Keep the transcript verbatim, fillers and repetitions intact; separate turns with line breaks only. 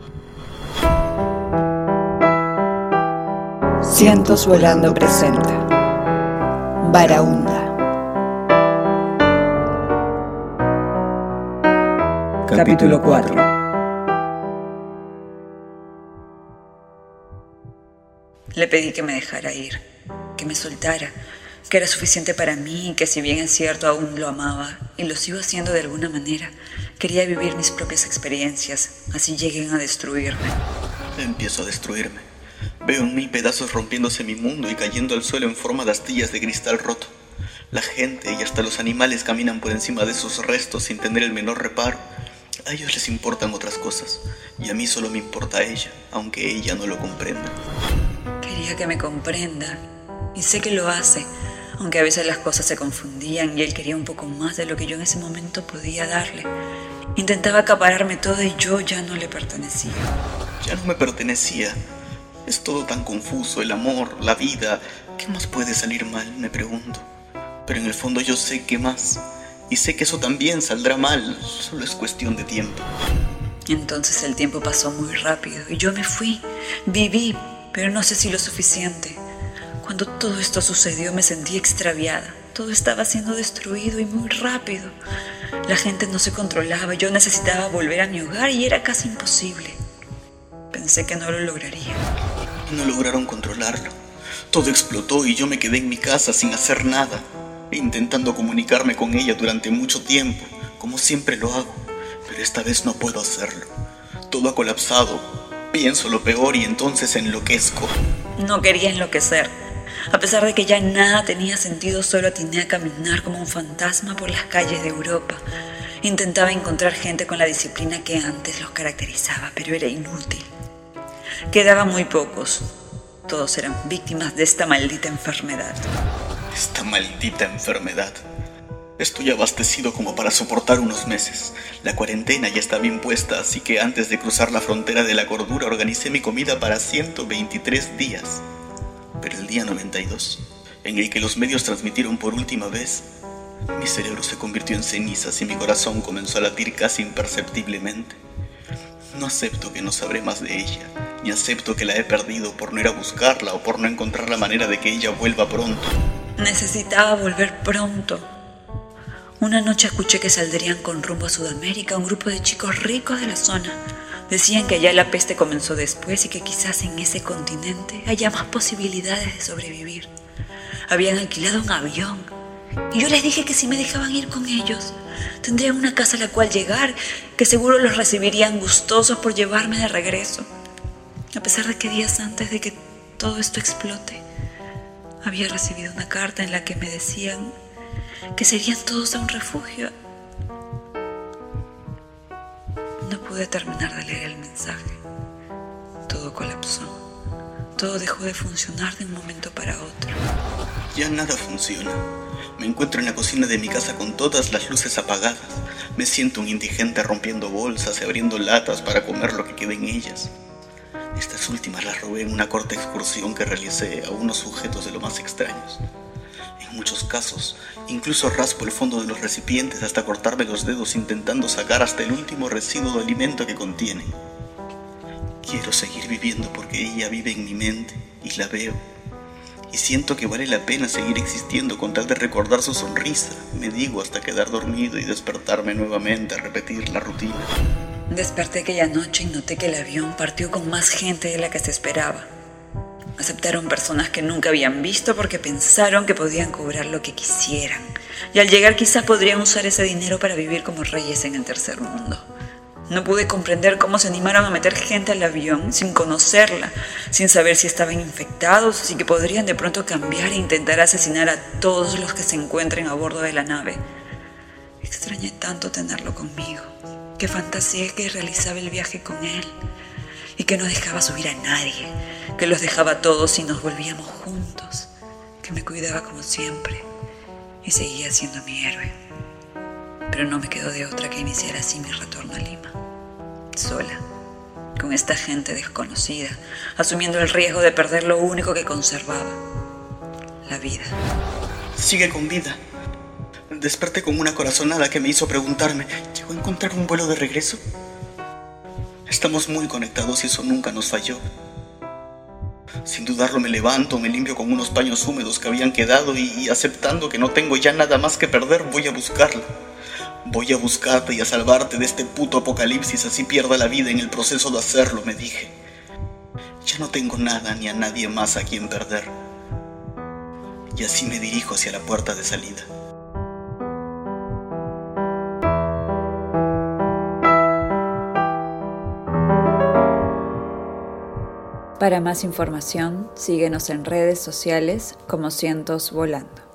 Cientos Volando presenta Barahunda. Capítulo cuatro.
Le pedí que me dejara ir, que me soltara, que era suficiente para mí y que si bien es cierto aún lo amaba y lo sigo haciendo de alguna manera, quería vivir mis propias experiencias, así lleguen a destruirme.
Empiezo a destruirme. Veo en mí pedazos rompiéndose mi mundo y cayendo al suelo en forma de astillas de cristal roto. La gente y hasta los animales caminan por encima de esos restos sin tener el menor reparo. A ellos les importan otras cosas, y a mí solo me importa ella, aunque ella no lo comprenda.
Quería que me comprenda, y sé que lo hace, aunque a veces las cosas se confundían y él quería un poco más de lo que yo en ese momento podía darle. Intentaba acapararme todo y yo ya no le pertenecía.
Ya no me pertenecía. Es todo tan confuso, el amor, la vida. ¿Qué más puede salir mal? Me pregunto. Pero en el fondo yo sé qué más. Y sé que eso también saldrá mal, solo es cuestión de tiempo.
Entonces el tiempo pasó muy rápido y yo me fui, viví, pero no sé si lo suficiente. Cuando todo esto sucedió me sentí extraviada, todo estaba siendo destruido y muy rápido. La gente no se controlaba, yo necesitaba volver a mi hogar y era casi imposible. Pensé que no lo lograría.
No lograron controlarlo. Todo explotó y yo me quedé en mi casa sin hacer nada, intentando comunicarme con ella durante mucho tiempo, como siempre lo hago, pero esta vez no puedo hacerlo. Todo ha colapsado, pienso lo peor y entonces enloquezco.
No quería enloquecer. A pesar de que ya nada tenía sentido, solo atiné a caminar como un fantasma por las calles de Europa. Intentaba encontrar gente con la disciplina que antes los caracterizaba, pero era inútil. Quedaban muy pocos. Todos eran víctimas de esta maldita enfermedad.
Esta maldita enfermedad. Estoy abastecido como para soportar unos meses. La cuarentena ya está bien puesta, así que antes de cruzar la frontera de la cordura organicé mi comida para ciento veintitrés días. Pero el día noventa y dos, en el que los medios transmitieron por última vez, mi cerebro se convirtió en cenizas y mi corazón comenzó a latir casi imperceptiblemente. No acepto que no sabré más de ella, ni acepto que la he perdido por no ir a buscarla o por no encontrar la manera de que ella vuelva pronto.
Necesitaba volver pronto. Una noche escuché que saldrían con rumbo a Sudamérica un grupo de chicos ricos de la zona. Decían que allá la peste comenzó después y que quizás en ese continente haya más posibilidades de sobrevivir. Habían alquilado un avión y yo les dije que si me dejaban ir con ellos, tendrían una casa a la cual llegar, que seguro los recibirían gustosos por llevarme de regreso. A pesar de que días antes de que todo esto explote, había recibido una carta en la que me decían que serían todos a un refugio. No pude terminar de leer el mensaje. Todo colapsó. Todo dejó de funcionar de un momento para otro.
Ya nada funciona. Me encuentro en la cocina de mi casa con todas las luces apagadas. Me siento un indigente rompiendo bolsas y abriendo latas para comer lo que quede en ellas. Estas últimas las robé en una corta excursión que realicé a unos sujetos de lo más extraños. En muchos casos, incluso raspo el fondo de los recipientes hasta cortarme los dedos intentando sacar hasta el último residuo de alimento que contienen. Quiero seguir viviendo porque ella vive en mi mente y la veo. Y siento que vale la pena seguir existiendo con tal de recordar su sonrisa, me digo hasta quedar dormido y despertarme nuevamente a repetir la rutina.
Desperté aquella noche y noté que el avión partió con más gente de la que se esperaba. Aceptaron personas que nunca habían visto porque pensaron que podían cobrar lo que quisieran. Y al llegar quizás podrían usar ese dinero para vivir como reyes en el tercer mundo. No pude comprender cómo se animaron a meter gente al avión sin conocerla, sin saber si estaban infectados, y que podrían de pronto cambiar e intentar asesinar a todos los que se encuentren a bordo de la nave. Extrañé tanto tenerlo conmigo, que fantaseé que realizaba el viaje con él y que no dejaba subir a nadie, que los dejaba a todos y nos volvíamos juntos, que me cuidaba como siempre y seguía siendo mi héroe. Pero no me quedó de otra que iniciar así mi retorno a Lima, sola, con esta gente desconocida, asumiendo el riesgo de perder lo único que conservaba, la vida.
Sigue con vida. Desperté con una corazonada que me hizo preguntarme, ¿llegó a encontrar un vuelo de regreso? Estamos muy conectados y eso nunca nos falló. Sin dudarlo me levanto, me limpio con unos paños húmedos que habían quedado y, y aceptando que no tengo ya nada más que perder, voy a buscarla. Voy a buscarte y a salvarte de este puto apocalipsis, así pierda la vida en el proceso de hacerlo, me dije. Ya no tengo nada ni a nadie más a quien perder. Y así me dirijo hacia la puerta de salida.
Para más información, síguenos en redes sociales como Cientos Volando.